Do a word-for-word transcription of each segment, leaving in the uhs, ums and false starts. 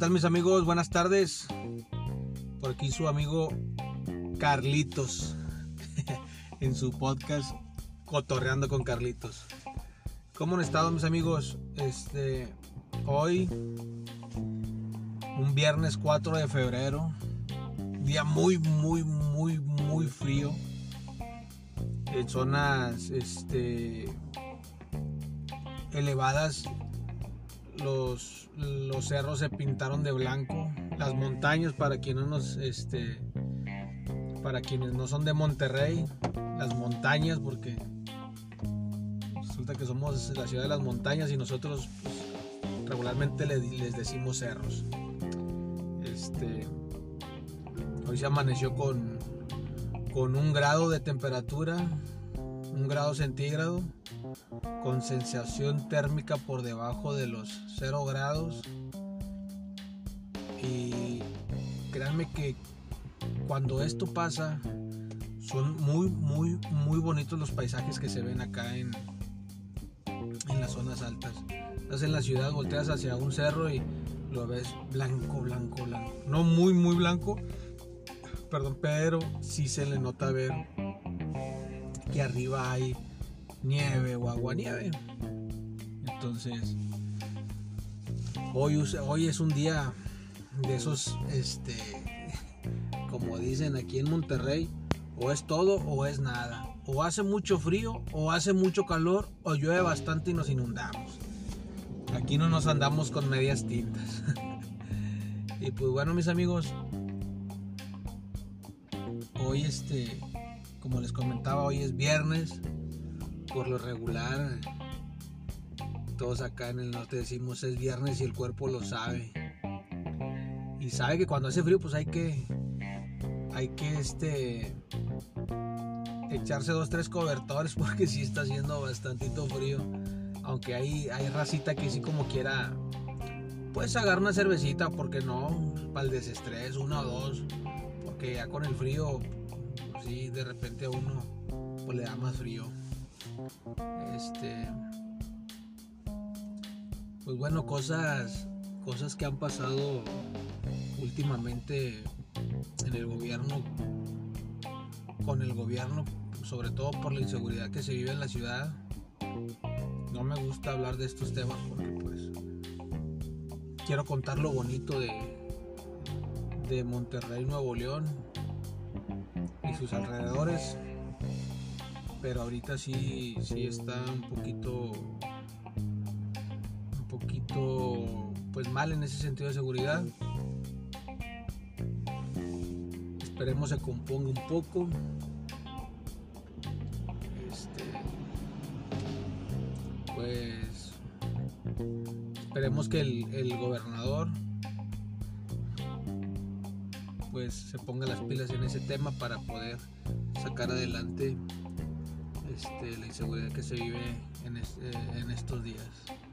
tal mis amigos? Buenas tardes. Por aquí su amigo Carlitos en su podcast Cotorreando con Carlitos. ¿Cómo han estado mis amigos? Este, hoy, un viernes cuatro de febrero, día muy, muy, muy, muy frío. En zonas este, elevadas, los, los cerros se pintaron de blanco. Las montañas, para quienes nos, este, para quienes no son de Monterrey, las montañas, porque resulta que somos la ciudad de las montañas y nosotros pues, regularmente les, les decimos cerros. Este, hoy se amaneció con, con un grado de temperatura, un grado centígrado, con sensación térmica por debajo de los cero grados. Y créanme que cuando esto pasa, son muy, muy, muy bonitos los paisajes que se ven acá en, en las zonas altas. Estás en la ciudad, volteas hacia un cerro y lo ves blanco, blanco, blanco. No muy, muy blanco, perdón, pero sí se le nota ver que arriba hay nieve o aguanieve. Entonces, hoy, hoy es un día de esos, este, como dicen aquí en Monterrey, o es todo o es nada. O hace mucho frío, o hace mucho calor, o llueve bastante y nos inundamos. Aquí no nos andamos con medias tintas. Y pues bueno, mis amigos, hoy este, como les comentaba, hoy es viernes. Por lo regular, todos acá en el norte decimos es viernes y el cuerpo lo sabe. Y sabe que cuando hace frío, pues hay que, hay que este, echarse dos, tres cobertores, porque sí está haciendo bastantito frío. Aunque hay, hay racita que sí como quiera, pues agarrar una cervecita, ¿por qué no? Para el desestrés, una o dos. Porque ya con el frío, pues sí, de repente a uno pues le da más frío. Este, pues bueno, cosas, cosas que han pasado últimamente en el gobierno, con el gobierno, sobre todo por la inseguridad que se vive en la ciudad. No me gusta hablar de estos temas porque pues quiero contar lo bonito de, de Monterrey, Nuevo León y sus alrededores, pero ahorita sí, sí está un poquito, un poquito pues mal en ese sentido de seguridad. Esperemos se componga un poco. Este, pues esperemos que el, el gobernador pues se ponga las pilas en ese tema para poder sacar adelante este, la inseguridad que se vive en, este, en estos días.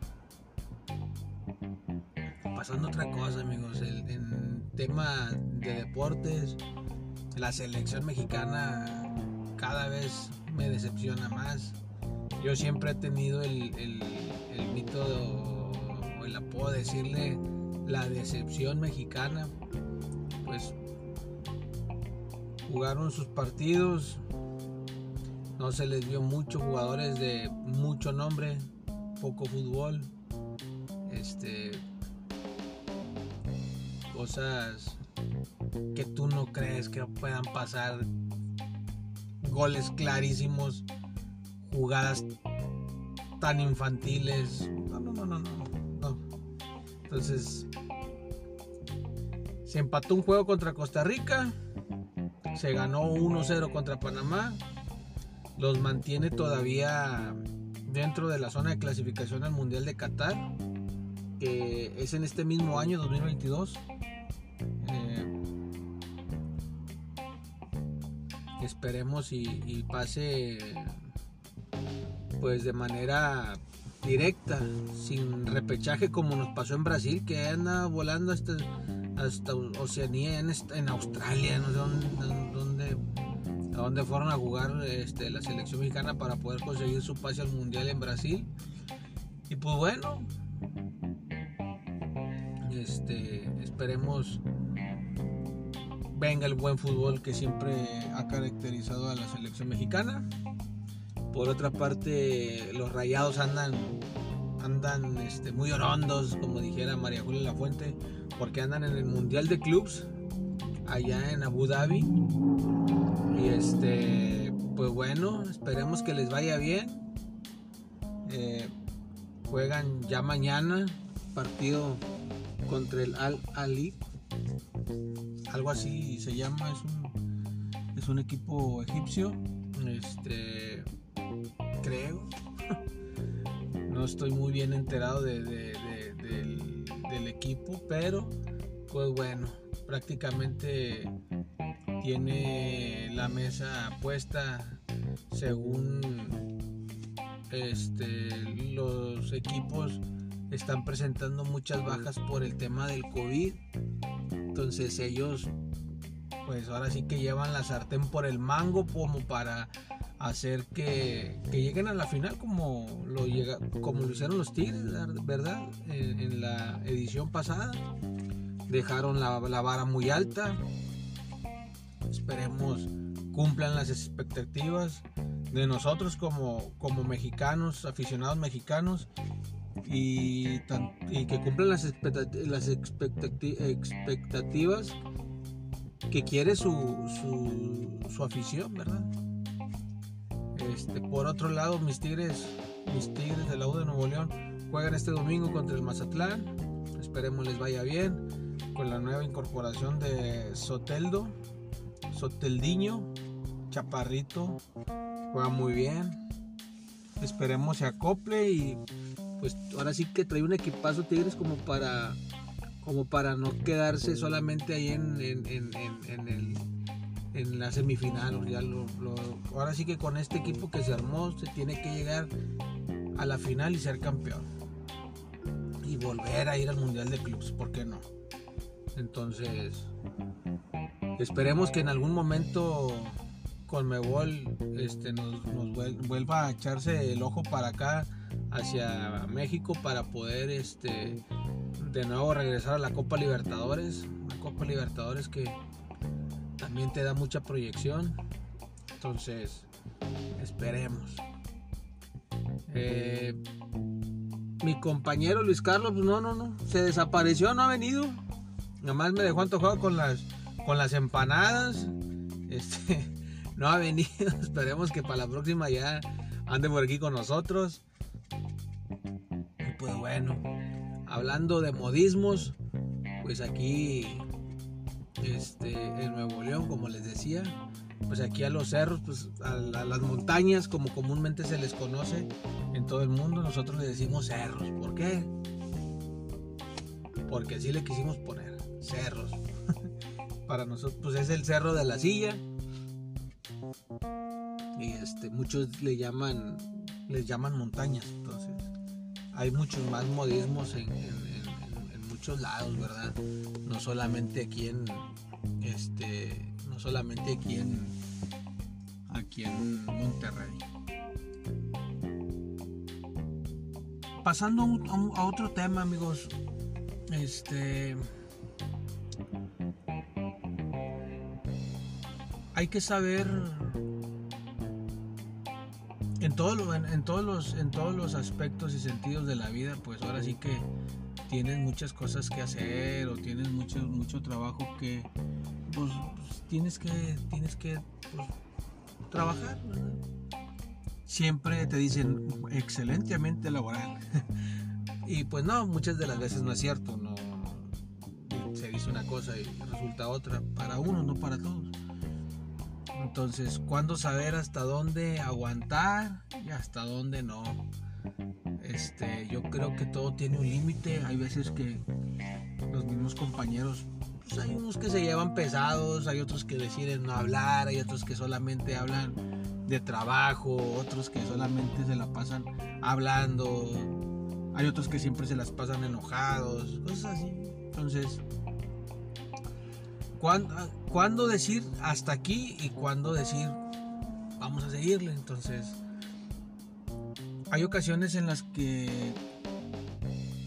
Pasando a otra cosa, amigos, el, en tema de deportes, la selección mexicana cada vez me decepciona más. Yo siempre he tenido el, el, el mito o el apodo de decirle la decepción mexicana. Pues jugaron sus partidos, no se les vio mucho, jugadores de mucho nombre, poco fútbol, este, cosas que tú no crees que puedan pasar, goles clarísimos, jugadas tan infantiles. No, no, no, no, no, no. Entonces, se empató un juego contra Costa Rica, se ganó uno cero contra Panamá, los mantiene todavía dentro de la zona de clasificación al Mundial de Qatar, que es en este mismo año, dos mil veintidós. Eh, esperemos y, y pase pues de manera directa, sin repechaje como nos pasó en Brasil, que anda volando hasta, hasta Oceanía, en, en Australia, no sé dónde, dónde, a dónde fueron a jugar este, la selección mexicana para poder conseguir su pase al Mundial en Brasil. Y pues bueno, este, esperemos venga el buen fútbol que siempre ha caracterizado a la selección mexicana. Por otra parte, los Rayados andan andan este, muy orondos, como dijera María Julia Lafuente, porque andan en el Mundial de Clubs allá en Abu Dhabi. Y este, pues bueno, esperemos que les vaya bien. Eh, juegan ya mañana partido contra el Al Ahly, algo así se llama, es un, es un equipo egipcio, este, creo. No estoy muy bien enterado de, de, de, del, del equipo, pero pues bueno, prácticamente tiene la mesa puesta según este, los equipos están presentando muchas bajas por el tema del COVID. Entonces ellos pues ahora sí que llevan la sartén por el mango como para hacer que, que lleguen a la final como lo, llega, como lo hicieron los Tigres, ¿verdad? En, en la edición pasada dejaron la, la vara muy alta. Esperemos cumplan las expectativas de nosotros como, como mexicanos, aficionados mexicanos, y, tan, y que cumplan las, expectativas, las expectativas que quiere su, su, su afición, ¿verdad? Este, por otro lado, mis Tigres, mis Tigres de la U de Nuevo León juegan este domingo contra el Mazatlán. Esperemos les vaya bien con la nueva incorporación de Soteldo, Soteldiño, chaparrito, juega muy bien. Esperemos se acople y pues ahora sí que trae un equipazo Tigres como para como para no quedarse solamente ahí en, en, en, en, en el en la semifinal. Ya lo, lo, ahora sí que con este equipo que se armó se tiene que llegar a la final y ser campeón y volver a ir al Mundial de Clubs, ¿por qué no? Entonces esperemos que en algún momento Conmebol este, nos, nos vuelva a echarse el ojo para acá hacia México para poder este, de nuevo regresar a la Copa Libertadores, la Copa Libertadores que también te da mucha proyección. Entonces esperemos. Eh, mi compañero Luis Carlos, pues no, no, no, se desapareció, no ha venido. Nada más me dejó antojado con las, con las empanadas. Este, no ha venido. Esperemos que para la próxima ya ande por aquí con nosotros. Y pues bueno, hablando de modismos, pues aquí este, en Nuevo León, como les decía, pues aquí a los cerros, pues a, a las montañas, como comúnmente se les conoce en todo el mundo, nosotros le decimos cerros. ¿Por qué? Porque así le quisimos poner, cerros. Para nosotros pues es el cerro de la Silla y este muchos le llaman les llaman montañas. Entonces hay muchos más modismos en, en, en, en muchos lados, verdad, no solamente aquí en este no solamente aquí en aquí en Monterrey. Pasando a, un, a otro tema, amigos, este hay que saber en, todo, en, en, todos los, en todos los aspectos y sentidos de la vida, pues ahora sí que tienes muchas cosas que hacer o tienes mucho, mucho trabajo que pues, pues tienes que tienes que pues, trabajar, ¿verdad? Siempre te dicen excelentemente laboral y pues no, muchas de las veces no es cierto, no, no se dice una cosa y resulta otra para uno, no para todos. Entonces, ¿cuándo saber hasta dónde aguantar y hasta dónde no? Este, yo creo que todo tiene un límite. Hay veces que los mismos compañeros, pues hay unos que se llevan pesados, hay otros que deciden no hablar, hay otros que solamente hablan de trabajo, otros que solamente se la pasan hablando, hay otros que siempre se las pasan enojados, cosas así. Entonces, ¿Cuándo, ¿cuándo decir hasta aquí y cuándo decir vamos a seguirle? Entonces hay ocasiones en las que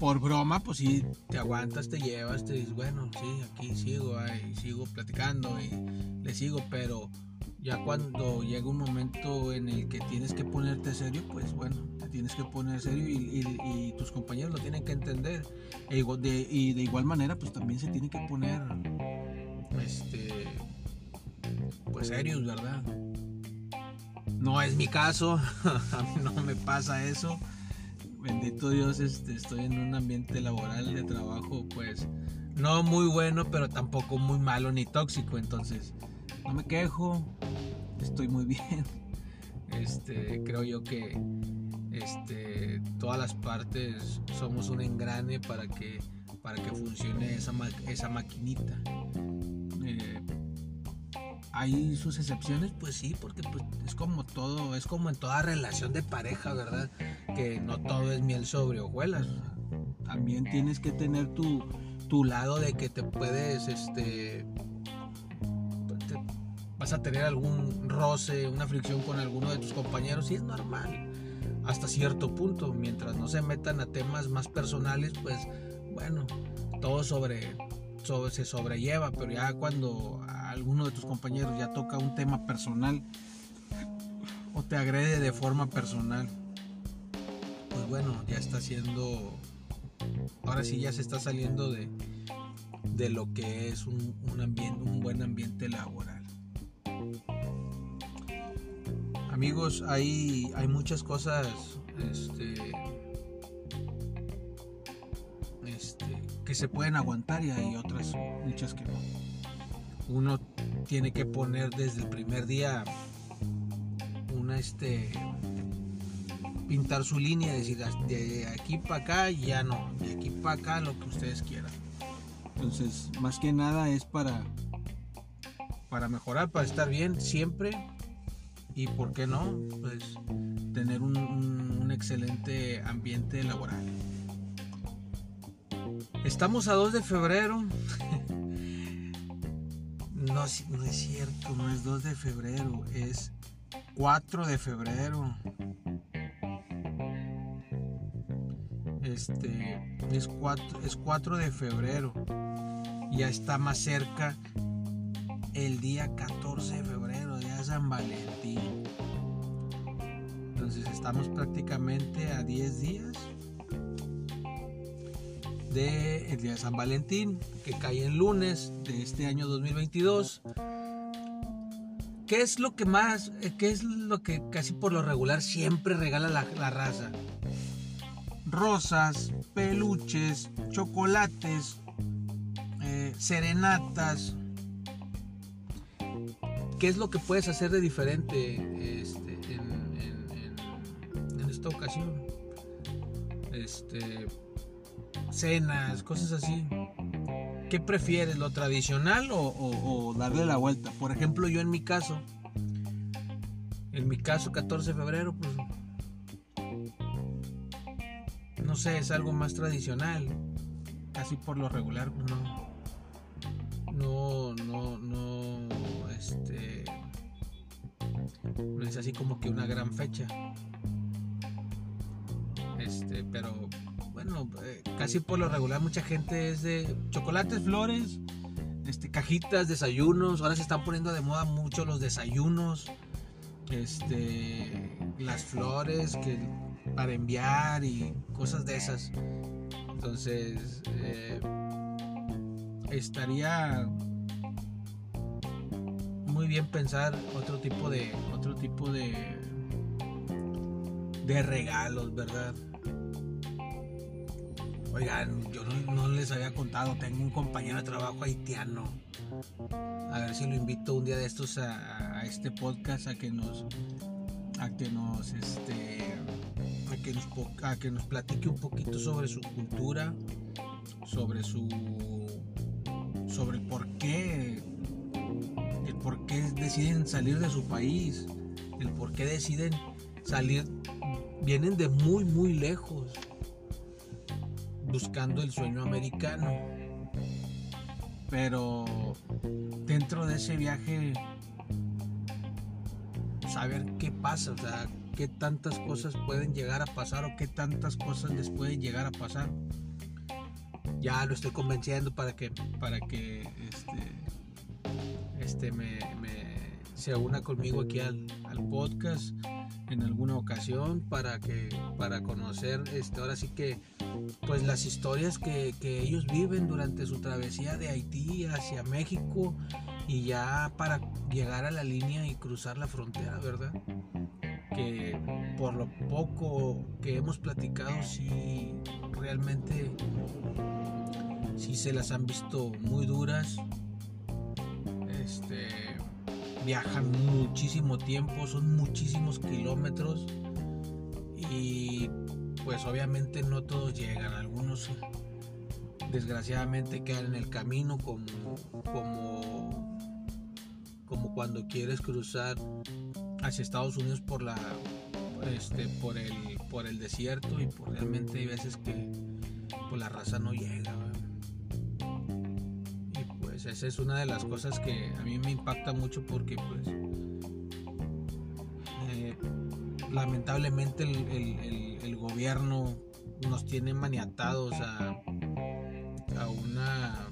por broma, pues sí, te aguantas, te llevas, te dices, bueno, sí, aquí sigo, ahí sigo platicando y le sigo, pero ya cuando llega un momento en el que tienes que ponerte serio, pues bueno, te tienes que poner serio y, y, y tus compañeros lo tienen que entender. E igual, de, y de igual manera, pues también se tienen que poner, este, pues serios, ¿verdad? No es mi caso, a mí no me pasa eso. Bendito Dios, este, estoy en un ambiente laboral de trabajo, pues no muy bueno, pero tampoco muy malo ni tóxico, entonces no me quejo, estoy muy bien. Este, creo yo que este, todas las partes somos un engrane para que, para que funcione esa, ma- esa maquinita. Eh, Hay sus excepciones, pues sí, porque pues, es como todo, es como en toda relación de pareja, ¿verdad? Que no todo es miel sobre hojuelas. También tienes que tener tu, tu lado de que te puedes, este, te, vas a tener algún roce, una fricción con alguno de tus compañeros y es normal, hasta cierto punto, mientras no se metan a temas más personales, pues bueno, todo sobre, sobre se sobrelleva, pero ya cuando alguno de tus compañeros ya toca un tema personal o te agrede de forma personal, pues bueno, ya está siendo, ahora sí ya se está saliendo de, de lo que es un, un ambiente, un buen ambiente laboral. Amigos, hay, hay muchas cosas este, este, que se pueden aguantar y hay otras muchas que no. Uno tiene que poner desde el primer día una este pintar su línea, decir de aquí para acá ya no, de aquí para acá lo que ustedes quieran. Entonces, más que nada es para para mejorar, para estar bien siempre y por qué no, pues tener un, un, un excelente ambiente laboral. Estamos a dos de febrero. No, no es cierto, no es dos de febrero, es cuatro de febrero. Este es cuatro, es cuatro de febrero. Ya está más cerca el día catorce de febrero, día de San Valentín. Entonces estamos prácticamente a diez días del día de San Valentín, que cae en lunes de este año dos mil veintidós. ¿Qué es lo que más, qué es lo que casi por lo regular siempre regala la, la raza? Rosas, peluches, chocolates, eh, serenatas. ¿Qué es lo que puedes hacer de diferente este, en, en, en, en esta ocasión? Este, cenas, cosas así. ¿Qué prefieres, lo tradicional o, o, o darle la vuelta? Por ejemplo, yo en mi caso, en mi caso catorce de febrero, pues no sé, es algo más tradicional. Casi por lo regular, pues no, no, no, no, este, no es así como que una gran fecha. Este, pero bueno, eh, casi por lo regular mucha gente es de chocolates, flores, este, cajitas, desayunos. Ahora se están poniendo de moda mucho los desayunos, este, las flores que para enviar y cosas de esas. Entonces eh, estaría muy bien pensar otro tipo de otro tipo de de regalos, ¿verdad? Oigan, yo no, no les había contado, tengo un compañero de trabajo haitiano. A ver si lo invito un día de estos a, a este podcast a que nos a que nos este a que nos a que nos platique un poquito sobre su cultura, sobre su sobre el por qué el por qué deciden salir de su país, el por qué deciden salir, vienen de muy muy lejos buscando el sueño americano, pero dentro de ese viaje saber qué pasa, o sea, qué tantas cosas pueden llegar a pasar o qué tantas cosas les pueden llegar a pasar. ya lo estoy convenciendo para que para que este este me, me se una conmigo aquí al, al podcast en alguna ocasión para que para conocer este ahora sí que pues las historias que, que ellos viven durante su travesía de Haití hacia México y ya para llegar a la línea y cruzar la frontera, ¿verdad? Que por lo poco que hemos platicado sí realmente sí se las han visto muy duras. Este viajan muchísimo tiempo, son muchísimos kilómetros y pues obviamente no todos llegan, algunos desgraciadamente quedan en el camino como como como cuando quieres cruzar hacia Estados Unidos por la este por el por el desierto y pues realmente hay veces que pues la raza no llega, ¿verdad? Y pues esa es una de las cosas que a mí me impacta mucho porque pues eh, lamentablemente el, el, el, el gobierno nos tiene maniatados a, a una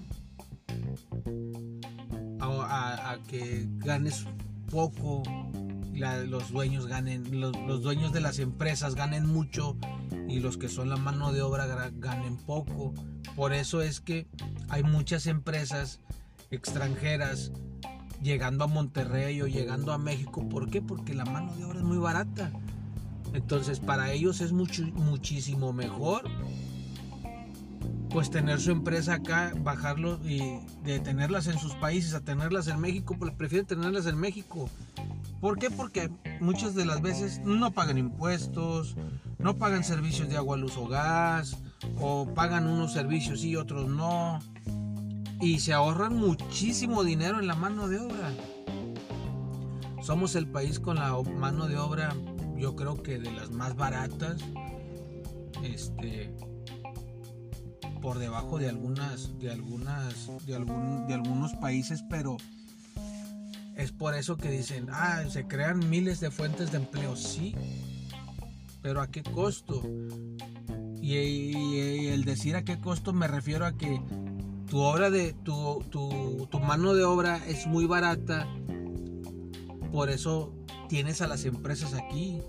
a, a, a que ganes poco, la, los dueños ganen, los, los dueños de las empresas ganen mucho y los que son la mano de obra ganen poco. Por eso es que hay muchas empresas extranjeras llegando a Monterrey o llegando a México. ¿Por qué? Porque la mano de obra es muy barata. Entonces para ellos es mucho, muchísimo mejor pues tener su empresa acá, bajarlo y de tenerlas en sus países a tenerlas en México, pues prefieren tenerlas en México. ¿Por qué? Porque muchas de las veces no pagan impuestos, no pagan servicios de agua, luz o gas, o pagan unos servicios y otros no, y se ahorran muchísimo dinero en la mano de obra. Somos el país con la mano de obra, yo creo que de las más baratas, este, por debajo de algunas, de algunas, de algún, de algunos países, pero es por eso que dicen, ah, se crean miles de fuentes de empleo, sí, pero ¿a qué costo? Y, y, y el decir a qué costo me refiero a que tu obra de tu, tu, tu mano de obra es muy barata, por eso tienes a las empresas aquí,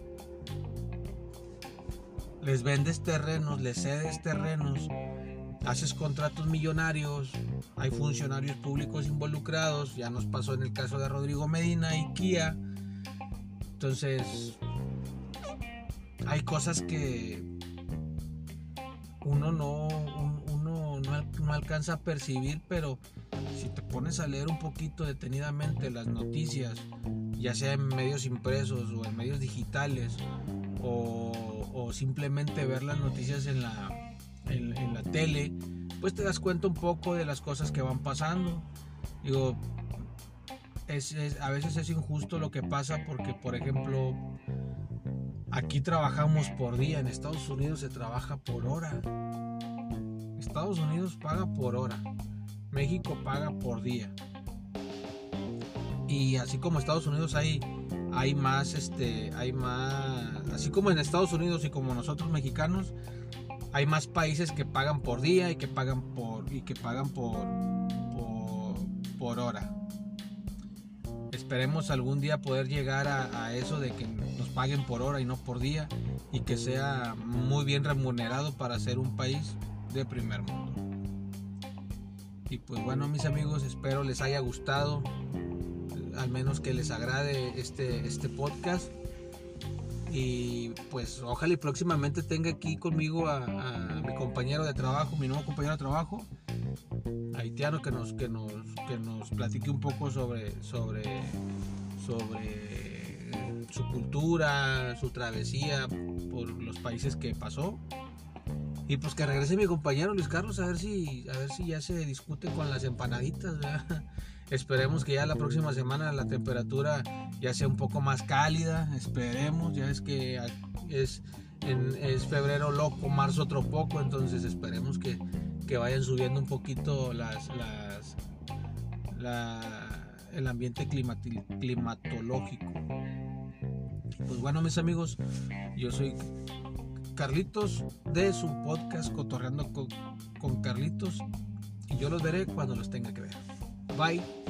les vendes terrenos, les cedes terrenos, haces contratos millonarios, hay funcionarios públicos involucrados, ya nos pasó en el caso de Rodrigo Medina y Kia. Entonces hay cosas que uno no uno no, no alcanza a percibir, pero si te pones a leer un poquito detenidamente las noticias, ya sea en medios impresos o en medios digitales, o, o simplemente ver las noticias en la En, en la tele, pues te das cuenta un poco de las cosas que van pasando. Digo, es, es, a veces es injusto lo que pasa porque, por ejemplo, aquí trabajamos por día, en Estados Unidos se trabaja por hora. Estados Unidos paga por hora, México paga por día. Y así como Estados Unidos hay hay más este hay más así como en Estados Unidos y como nosotros mexicanos, hay más países que pagan por día y que pagan por y que pagan por por, por hora. Esperemos algún día poder llegar a, a eso de que nos paguen por hora y no por día, y que sea muy bien remunerado para ser un país de primer mundo. Y pues bueno, mis amigos, espero les haya gustado, al menos que les agrade este, este podcast. Y pues ojalá y próximamente tenga aquí conmigo a, a mi compañero de trabajo, mi nuevo compañero de trabajo, haitiano, que nos, que nos, que nos platique un poco sobre, sobre, sobre su cultura, su travesía por los países que pasó. Y pues que regrese mi compañero Luis Carlos, a ver si, a ver si ya se discute con las empanaditas, ¿verdad? Esperemos que ya la próxima semana la temperatura ya sea un poco más cálida. Esperemos, ya es que es, en, es febrero loco, marzo otro poco, entonces esperemos que, que vayan subiendo un poquito las, las, la, el ambiente climati, climatológico. Pues bueno, mis amigos, yo soy Carlitos de su podcast Cotorreando con, con Carlitos, y yo los veré cuando los tenga que ver. Bye.